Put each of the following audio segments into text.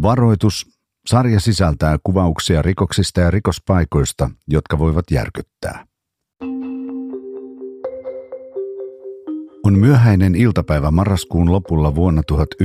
Varoitus. Sarja sisältää kuvauksia rikoksista ja rikospaikoista, jotka voivat järkyttää. On myöhäinen iltapäivä marraskuun lopulla vuonna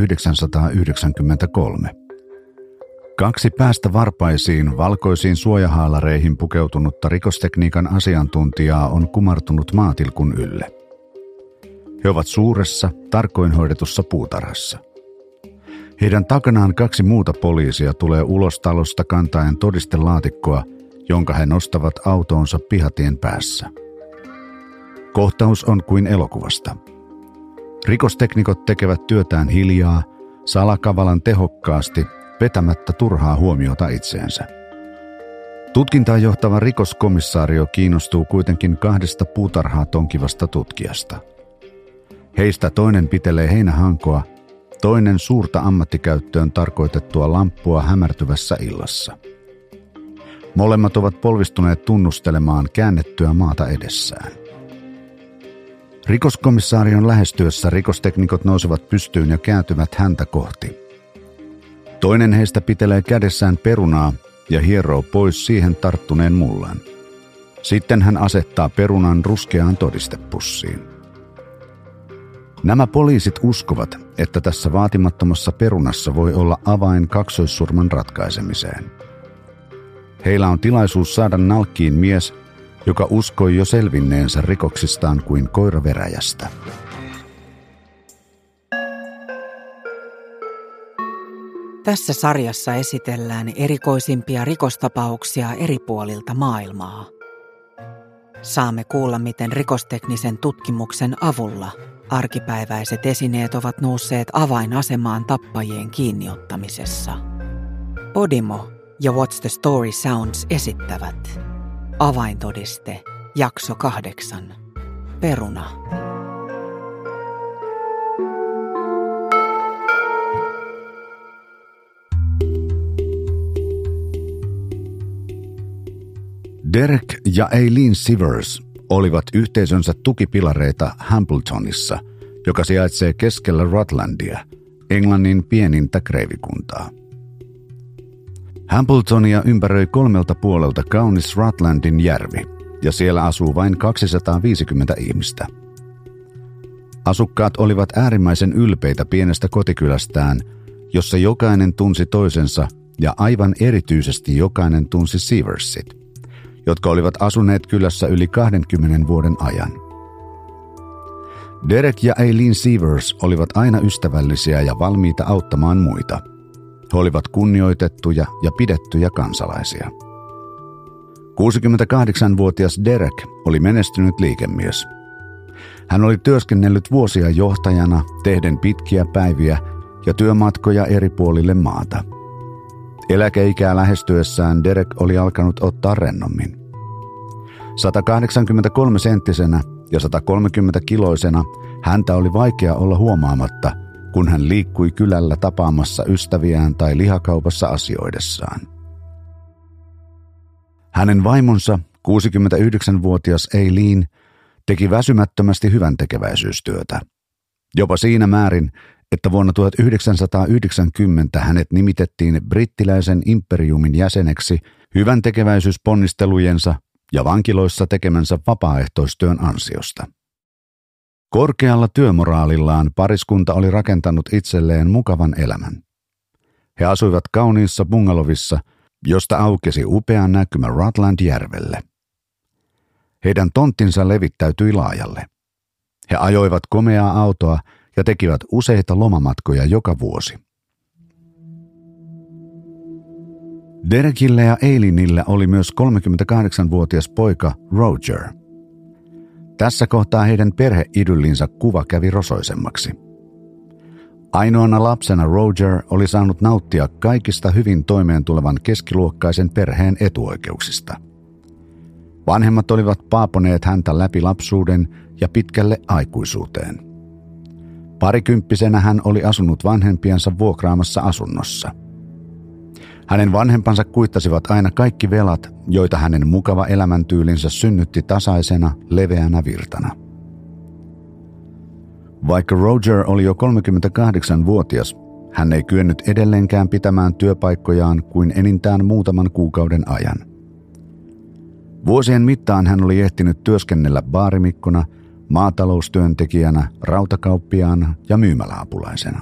1993. Kaksi päästä varpaisiin, valkoisiin suojahaalareihin pukeutunutta rikostekniikan asiantuntijaa on kumartunut maatilkun ylle. He ovat suuressa, tarkoin hoidetussa puutarhassa. Heidän takanaan kaksi muuta poliisia tulee ulos talosta kantaen todistelaatikkoa, jonka he nostavat autoonsa pihatien päässä. Kohtaus on kuin elokuvasta. Rikosteknikot tekevät työtään hiljaa, salakavalan tehokkaasti, vetämättä turhaa huomiota itseensä. Tutkintaan johtava rikoskomissaario kiinnostuu kuitenkin kahdesta puutarhaa tonkivasta tutkijasta. Heistä toinen pitelee heinähankoa, toinen suurta ammattikäyttöön tarkoitettua lamppua hämärtyvässä illassa. Molemmat ovat polvistuneet tunnustelemaan käännettyä maata edessään. Rikoskomissaarion lähestyessä rikosteknikot nousevat pystyyn ja kääntyvät häntä kohti. Toinen heistä pitelee kädessään perunaa ja hieroo pois siihen tarttuneen mullan. Sitten hän asettaa perunan ruskeaan todistepussiin. Nämä poliisit uskovat, että tässä vaatimattomassa perunassa voi olla avain kaksoissurman ratkaisemiseen. Heillä on tilaisuus saada nalkkiin mies, joka uskoi jo selvinneensä rikoksistaan kuin koira veräjästä. Tässä sarjassa esitellään erikoisimpia rikostapauksia eri puolilta maailmaa. Saamme kuulla, miten rikosteknisen tutkimuksen avulla arkipäiväiset esineet ovat nousseet avainasemaan tappajien kiinniottamisessa. Podimo ja What's the Story Sounds esittävät Avaintodiste, jakso 8. Peruna. Derek ja Eileen Sivers olivat yhteisönsä tukipilareita Hambletonissa, joka sijaitsee keskellä Rutlandia, Englannin pienintä kreivikuntaa. Hambletonia ympäröi kolmelta puolelta kaunis Rutlandin järvi, ja siellä asuu vain 250 ihmistä. Asukkaat olivat äärimmäisen ylpeitä pienestä kotikylästään, jossa jokainen tunsi toisensa ja aivan erityisesti jokainen tunsi Siversit, jotka olivat asuneet kylässä yli 20 vuoden ajan. Derek ja Eileen Sivers olivat aina ystävällisiä ja valmiita auttamaan muita. He olivat kunnioitettuja ja pidettyjä kansalaisia. 68-vuotias Derek oli menestynyt liikemies. Hän oli työskennellyt vuosia johtajana, tehden pitkiä päiviä ja työmatkoja eri puolille maata. Eläkeikää lähestyessään Derek oli alkanut ottaa rennommin. 183-senttisenä ja 130-kiloisena häntä oli vaikea olla huomaamatta, kun hän liikkui kylällä tapaamassa ystäviään tai lihakaupassa asioidessaan. Hänen vaimonsa, 69-vuotias Eileen, teki väsymättömästi hyväntekeväisyystyötä. Jopa siinä määrin, että vuonna 1990 hänet nimitettiin brittiläisen imperiumin jäseneksi hyväntekeväisyysponnistelujensa ja vankiloissa tekemänsä vapaaehtoistyön ansiosta. Korkealla työmoraalillaan pariskunta oli rakentanut itselleen mukavan elämän. He asuivat kauniissa bungalovissa, josta aukesi upea näkymä Rutland-järvelle. Heidän tonttinsa levittäytyi laajalle. He ajoivat komeaa autoa ja tekivät useita lomamatkoja joka vuosi. Derekille ja Eileenille oli myös 38-vuotias poika Roger. Tässä kohtaa heidän perheidyllinsä kuva kävi rosoisemmaksi. Ainoana lapsena Roger oli saanut nauttia kaikista hyvin toimeentulevan keskiluokkaisen perheen etuoikeuksista. Vanhemmat olivat paaponeet häntä läpi lapsuuden ja pitkälle aikuisuuteen. Parikymppisenä hän oli asunut vanhempiensa vuokraamassa asunnossa. Hänen vanhempansa kuittasivat aina kaikki velat, joita hänen mukava elämäntyylinsä synnytti tasaisena, leveänä virtana. Vaikka Roger oli jo 38-vuotias, hän ei kyennyt edelleenkään pitämään työpaikkojaan kuin enintään muutaman kuukauden ajan. Vuosien mittaan hän oli ehtinyt työskennellä baarimikkona, maataloustyöntekijänä, rautakauppiaana ja myymäläapulaisena.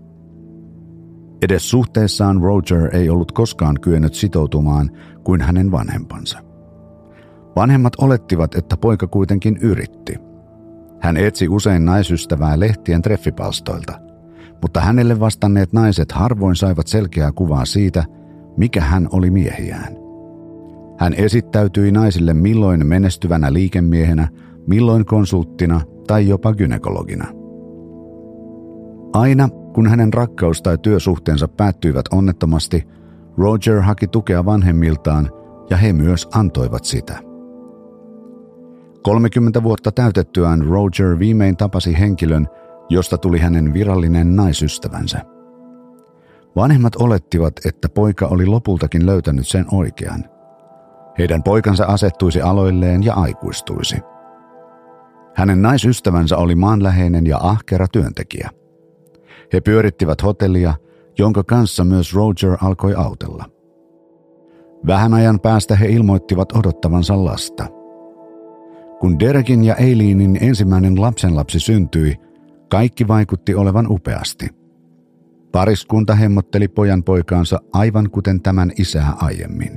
Edes suhteessaan Roger ei ollut koskaan kyennyt sitoutumaan kuin hänen vanhempansa. Vanhemmat olettivat, että poika kuitenkin yritti. Hän etsi usein naisystävää lehtien treffipalstoilta, mutta hänelle vastanneet naiset harvoin saivat selkeää kuvaa siitä, mikä hän oli miehiään. Hän esittäytyi naisille milloin menestyvänä liikemiehenä, milloin konsulttina tai jopa gynekologina. Aina, kun hänen rakkaus- tai työsuhteensa päättyivät onnettomasti, Roger haki tukea vanhemmiltaan ja he myös antoivat sitä. 30 vuotta täytettyään Roger viimein tapasi henkilön, josta tuli hänen virallinen naisystävänsä. Vanhemmat olettivat, että poika oli lopultakin löytänyt sen oikean. Heidän poikansa asettuisi aloilleen ja aikuistuisi. Hänen naisystävänsä oli maanläheinen ja ahkera työntekijä. He pyörittivät hotellia, jonka kanssa myös Roger alkoi autella. Vähän ajan päästä he ilmoittivat odottavansa lasta. Kun Derekin ja Eileenin ensimmäinen lapsenlapsi syntyi, kaikki vaikutti olevan upeasti. Pariskunta hemmotteli pojan poikaansa aivan kuten tämän isää aiemmin.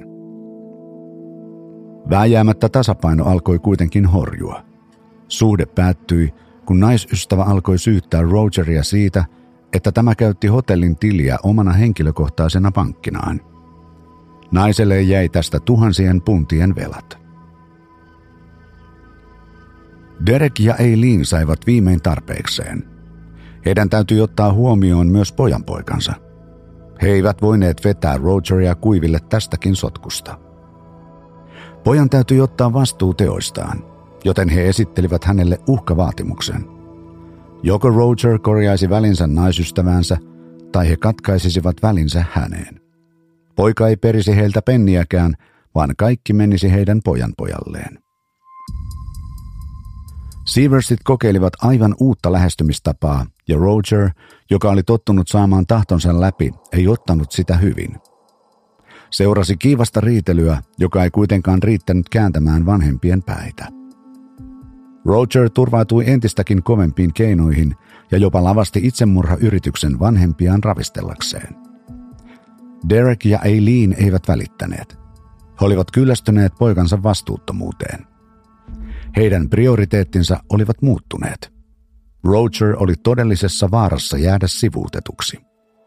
Vääjäämättä tasapaino alkoi kuitenkin horjua. Suhde päättyi, kun naisystävä alkoi syyttää Rogeria siitä, että tämä käytti hotellin tiliä omana henkilökohtaisena pankkinaan. Naiselle jäi tästä tuhansien puntien velat. Derek ja Eileen saivat viimein tarpeekseen. Heidän täytyi ottaa huomioon myös pojanpoikansa. He eivät voineet vetää Rogeria kuiville tästäkin sotkusta. Pojan täytyi ottaa vastuu teoistaan, joten he esittelivät hänelle uhkavaatimuksen. Joko Roger korjaisi välinsä naisystävänsä, tai he katkaisisivat välinsä häneen. Poika ei perisi heiltä penniäkään, vaan kaikki menisi heidän pojanpojalleen. Seversit kokeilivat aivan uutta lähestymistapaa, ja Roger, joka oli tottunut saamaan tahtonsa läpi, ei ottanut sitä hyvin. Seurasi kiivasta riitelyä, joka ei kuitenkaan riittänyt kääntämään vanhempien päitä. Roger turvautui entistäkin kovempiin keinoihin ja jopa lavasti itsemurhayrityksen vanhempiaan ravistellakseen. Derek ja Eileen eivät välittäneet. He olivat kyllästyneet poikansa vastuuttomuuteen. Heidän prioriteettinsa olivat muuttuneet. Roger oli todellisessa vaarassa jäädä sivuutetuksi.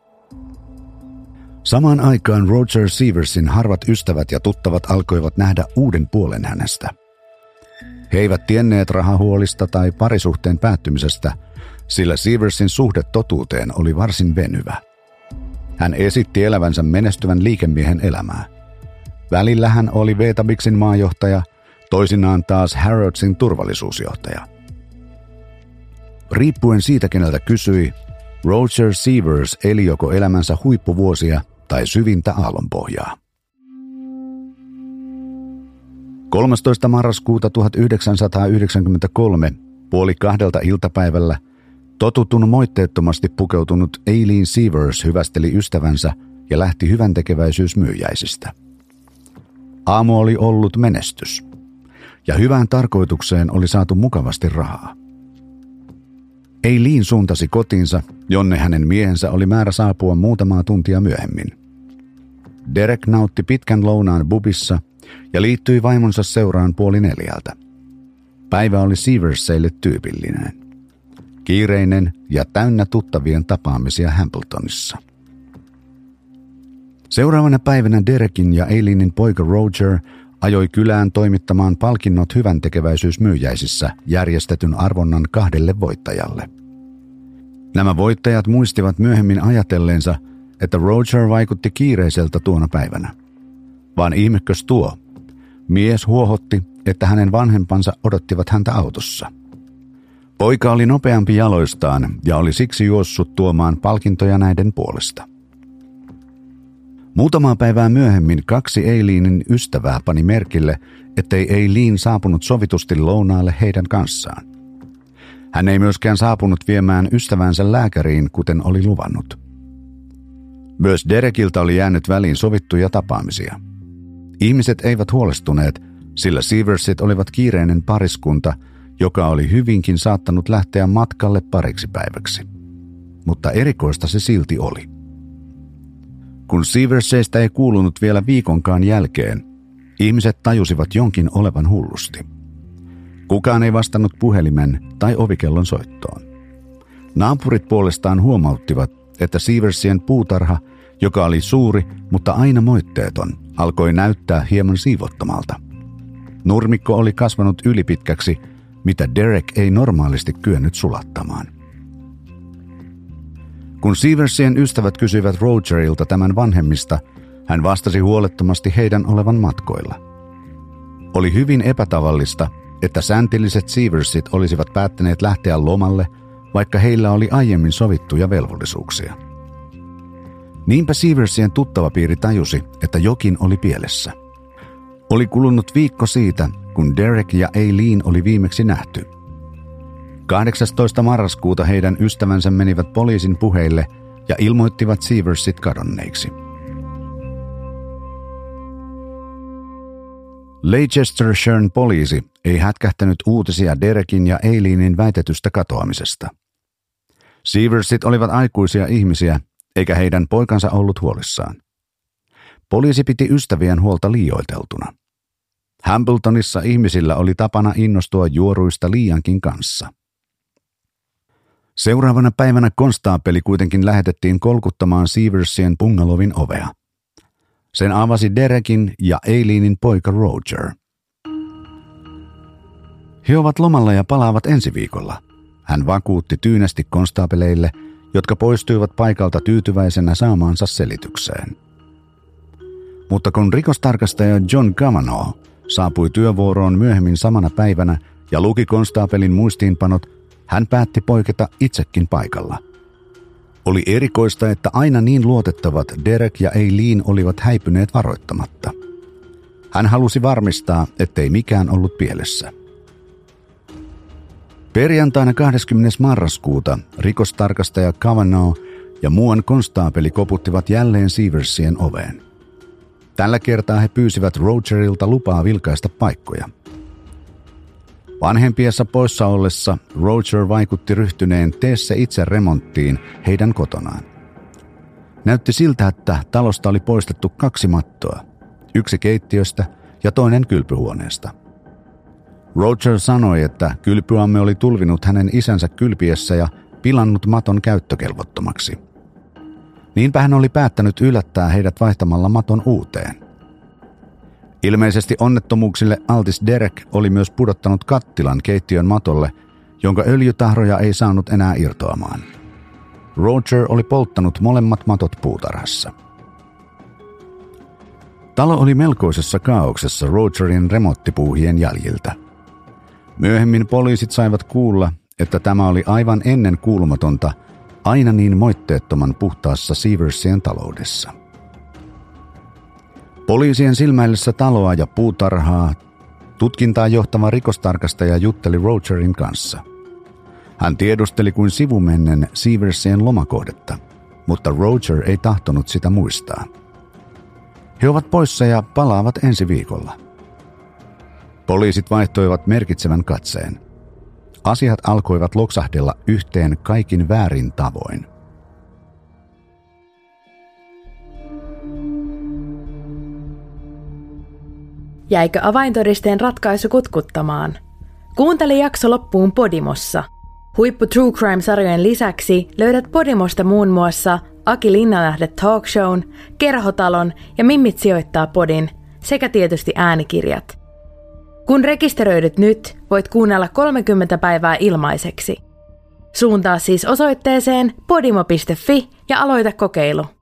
Samaan aikaan Roger Seversin harvat ystävät ja tuttavat alkoivat nähdä uuden puolen hänestä. He eivät tienneet rahahuolista tai parisuhteen päättymisestä, sillä Seversin suhde totuuteen oli varsin venyvä. Hän esitti elävänsä menestyvän liikemiehen elämää. Välillä hän oli Vetabixin maajohtaja, toisinaan taas Harrodsin turvallisuusjohtaja. Riippuen siitä, keneltä kysyi, Roger Severs eli joko elämänsä huippuvuosia tai syvintä aallonpohjaa. 13. marraskuuta 1993 puoli 2 iltapäivällä totutun moitteettomasti pukeutunut Eileen Severs hyvästeli ystävänsä ja lähti hyväntekeväisyysmyyjäisistä. Aamu oli ollut menestys, ja hyvään tarkoitukseen oli saatu mukavasti rahaa. Eileen suuntasi kotiinsa, jonne hänen miehensä oli määrä saapua muutamaa tuntia myöhemmin. Derek nautti pitkän lounaan pubissa ja liittyi vaimonsa seuraan 3:30. Päivä oli Seversille tyypillinen. Kiireinen ja täynnä tuttavien tapaamisia Hambletonissa. Seuraavana päivänä Derekin ja Eileenin poika Roger ajoi kylään toimittamaan palkinnot hyväntekeväisyysmyyjäisissä järjestetyn arvonnan 2 voittajalle. Nämä voittajat muistivat myöhemmin ajatelleensa, että Roger vaikutti kiireiseltä tuona päivänä. Vaan ihmekös tuo. Mies huohotti, että hänen vanhempansa odottivat häntä autossa. Poika oli nopeampi jaloistaan ja oli siksi juossut tuomaan palkintoja näiden puolesta. Muutamaa päivää myöhemmin 2 Eileenin ystävää pani merkille, ettei Eileen saapunut sovitusti lounaalle heidän kanssaan. Hän ei myöskään saapunut viemään ystävänsä lääkäriin, kuten oli luvannut. Myös Derekiltä oli jäänyt väliin sovittuja tapaamisia. Ihmiset eivät huolestuneet, sillä Seversit olivat kiireinen pariskunta, joka oli hyvinkin saattanut lähteä matkalle pariksi päiväksi. Mutta erikoista se silti oli. Kun Severseistä ei kuulunut vielä viikonkaan jälkeen, ihmiset tajusivat jonkin olevan hullusti. Kukaan ei vastannut puhelimen tai ovikellon soittoon. Naapurit puolestaan huomauttivat, että Seversien puutarha, joka oli suuri, mutta aina moitteeton, alkoi näyttää hieman siivottomalta. Nurmikko oli kasvanut ylipitkäksi, mitä Derek ei normaalisti kyennyt sulattamaan. Kun Seversien ystävät kysyivät Rogerilta tämän vanhemmista, hän vastasi huolettomasti heidän olevan matkoilla. Oli hyvin epätavallista, että sääntilliset Seversit olisivat päättäneet lähteä lomalle, vaikka heillä oli aiemmin sovittuja velvollisuuksia. Niinpä Seversien tuttavapiiri tajusi, että jokin oli pielessä. Oli kulunut viikko siitä, kun Derek ja Eileen oli viimeksi nähty. 18. marraskuuta heidän ystävänsä menivät poliisin puheille ja ilmoittivat Seversit kadonneiksi. Leicestershire poliisi ei hätkähtänyt uutisia Derekin ja Eileenin väitetystä katoamisesta. Seversit olivat aikuisia ihmisiä, eikä heidän poikansa ollut huolissaan. Poliisi piti ystävien huolta liioiteltuna. Hambletonissa ihmisillä oli tapana innostua juoruista liiankin kanssa. Seuraavana päivänä konstaapeli kuitenkin lähetettiin kolkuttamaan Seversien bungalovin ovea. Sen avasi Derekin ja Eileenin poika Roger. He ovat lomalla ja palaavat ensi viikolla. Hän vakuutti tyynesti konstaapeleille, jotka poistuivat paikalta tyytyväisenä saamaansa selitykseen. Mutta kun rikostarkastaja John Kavanagh saapui työvuoroon myöhemmin samana päivänä ja luki konstaapelin muistiinpanot, hän päätti poiketa itsekin paikalla. Oli erikoista, että aina niin luotettavat Derek ja Eileen olivat häipyneet varoittamatta. Hän halusi varmistaa, ettei mikään ollut pielessä. Perjantaina 20. marraskuuta rikostarkastaja Kavanagh ja muuan konstaapeli koputtivat jälleen Seversien oveen. Tällä kertaa he pyysivät Rogerilta lupaa vilkaista paikkoja. Vanhempiensa poissa ollessa Roger vaikutti ryhtyneen tee se itse remonttiin heidän kotonaan. Näytti siltä, että talosta oli poistettu 2 mattoa, yksi keittiöstä ja toinen kylpyhuoneesta. Roger sanoi, että kylpyamme oli tulvinut hänen isänsä kylpiessä ja pilannut maton käyttökelvottomaksi. Niinpä hän oli päättänyt yllättää heidät vaihtamalla maton uuteen. Ilmeisesti onnettomuuksille altis Derek oli myös pudottanut kattilan keittiön matolle, jonka öljytahroja ei saanut enää irtoamaan. Roger oli polttanut molemmat matot puutarhassa. Talo oli melkoisessa kaauksessa Rogerin remonttipuuhien jäljiltä. Myöhemmin poliisit saivat kuulla, että tämä oli aivan ennen kuulumatonta, aina niin moitteettoman puhtaassa Seversien taloudessa. Poliisien silmäillessä taloa ja puutarhaa tutkintaa johtava rikostarkastaja jutteli Rogerin kanssa. Hän tiedusteli kuin sivumennen Seversien lomakohdetta, mutta Roger ei tahtonut sitä muistaa. He ovat poissa ja palaavat ensi viikolla. Poliisit vaihtoivat merkitsevän katseen. Asiat alkoivat loksahdella yhteen kaikin väärin tavoin. Jäikö avaintodisteen ratkaisu kutkuttamaan? Kuuntele jakso loppuun Podimossa. Huippu True Crime-sarjojen lisäksi löydät Podimosta muun muassa Aki Linnanlähde Talk Shown, Kerhotalon ja Mimmit sijoittaa podin sekä tietysti äänikirjat. Kun rekisteröidyt nyt, voit kuunnella 30 päivää ilmaiseksi. Suuntaa siis osoitteeseen podimo.fi ja aloita kokeilu.